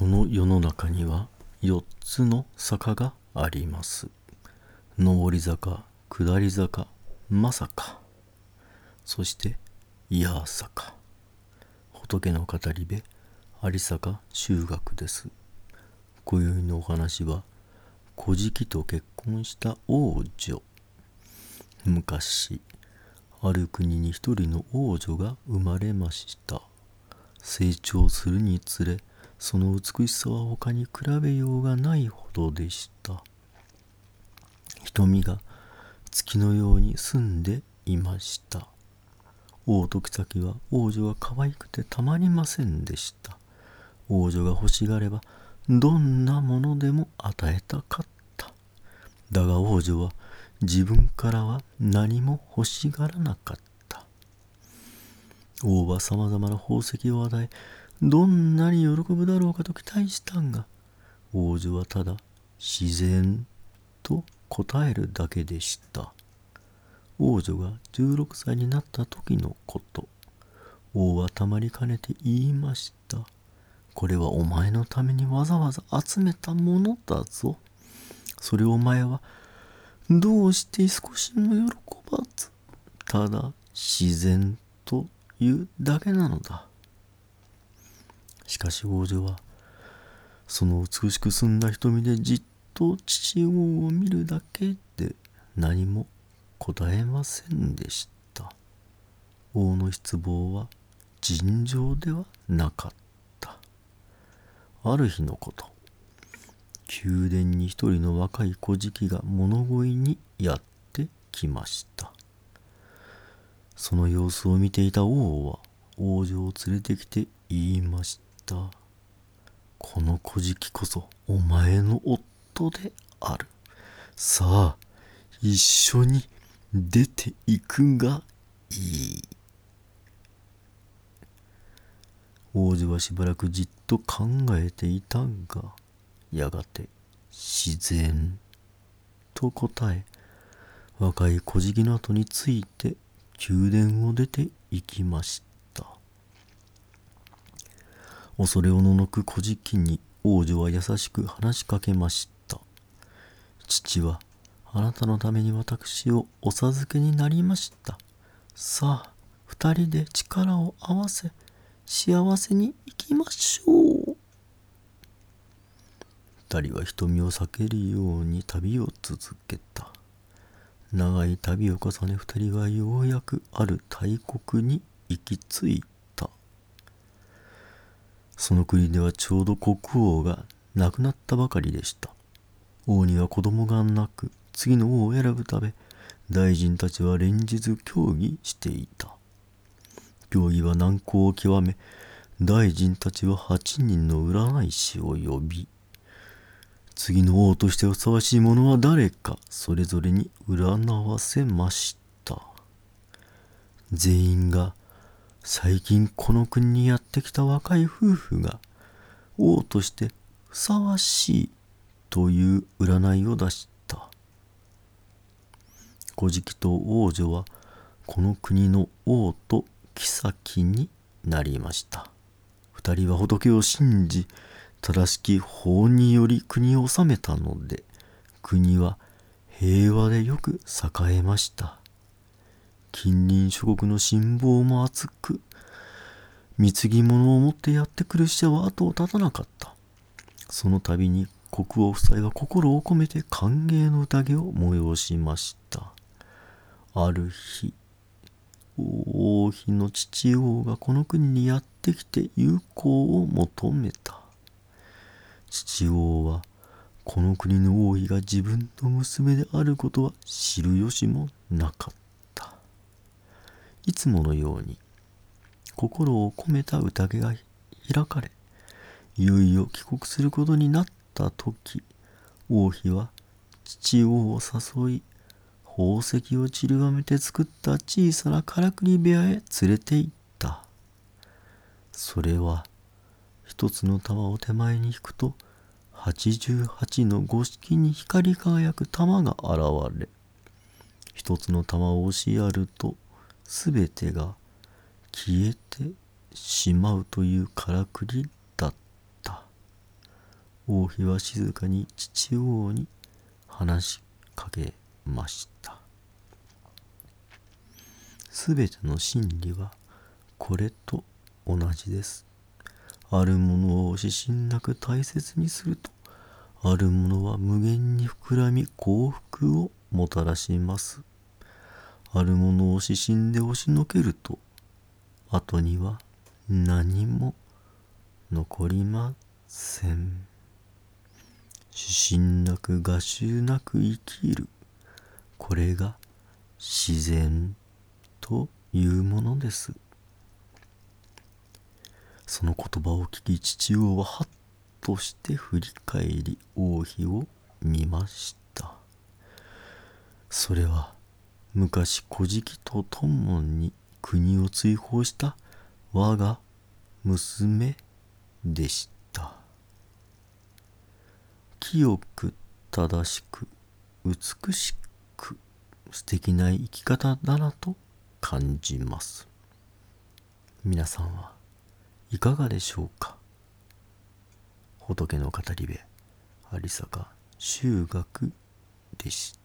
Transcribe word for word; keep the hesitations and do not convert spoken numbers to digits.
この世の中にはよっつの坂があります。上り坂、下り坂、まさか。そして、いや坂。仏の語り部、有坂修学です。今宵のお話は、古事記と結婚した王女。昔、ある国に一人の王女が生まれました。成長するにつれ、その美しさは他に比べようがないほどでした。瞳が月のように澄んでいました。王と妃は王女が可愛くてたまりませんでした。王女が欲しがればどんなものでも与えたかった。だが王女は自分からは何も欲しがらなかった。王はさまざまな宝石を与え、どんなに喜ぶだろうかと期待したが、王女はただ自然と答えるだけでした。王女がじゅうろくさいになった時のこと、王はたまりかねて言いました。これはお前のためにわざわざ集めたものだぞ。それをお前はどうして少しも喜ばず、ただ自然というだけなのだ。しかし王女はその美しく澄んだ瞳でじっと父王を見るだけで何も答えませんでした。王の失望は尋常ではなかった。ある日のこと、宮殿に一人の若い小じが物乞いにやってきました。その様子を見ていた王は王女を連れてきて言いました。この小じこそお前の夫である。さあ、一緒に出て行くがいい。王子はしばらくじっと考えていたが、やがて自然と答え、若い小じの後について宮殿を出て行きました。恐れおののく小じに王女は優しく話しかけました。父はあなたのために私をお授けになりました。さあ、二人で力を合わせ、幸せに生きましょう。二人は瞳を避けるように旅を続けた。長い旅を重ね、二人はようやくある大国に行き着いた。その国ではちょうど国王が亡くなったばかりでした。王には子供がなく、次の王を選ぶため、大臣たちは連日協議していた。協議は難航を極め、大臣たちは八人の占い師を呼び、次の王としてふさわしい者は誰か、それぞれに占わせました。全員が、最近この国にやってきた若い夫婦が、王としてふさわしいという占いを出した。小じと王女は、この国の王と妃になりました。二人は仏を信じ、正しき法により国を治めたので、国は平和でよく栄えました。近隣諸国の信望も厚く、貢ぎ物を持ってやってくる使者は後を絶たなかった。その度に国王夫妻は心を込めて歓迎の宴を催しました。ある日、王妃の父王がこの国にやってきて友好を求めた。父王はこの国の王妃が自分の娘であることは知る由もなかった。いつものように心を込めた宴が開かれ、いよいよ帰国することになった時、王妃は父王を誘い、宝石を散りばめて作った小さなからくり部屋へ連れて行った。それは一つの玉を手前に引くと、八十八の五色に光り輝く玉が現れ、一つの玉を押しやると、すべてが消えてしまうというからくりだった。 王妃は静かに父王に話しかけました。すべての真理はこれと同じです。あるものを指針なく大切にすると、あるものは無限に膨らみ幸福をもたらします。あるものを指針で押しのけると、後には何も残りません。指針なく我習なく生きる。これが自然というものです。その言葉を聞き、父王ははっとして振り返り王妃を見ました。それは昔古事記とともに国を追放した我が娘でした。清く正しく美しく素敵な生き方だなと感じます。皆さんはいかがでしょうか。仏の語り部有坂修学でした。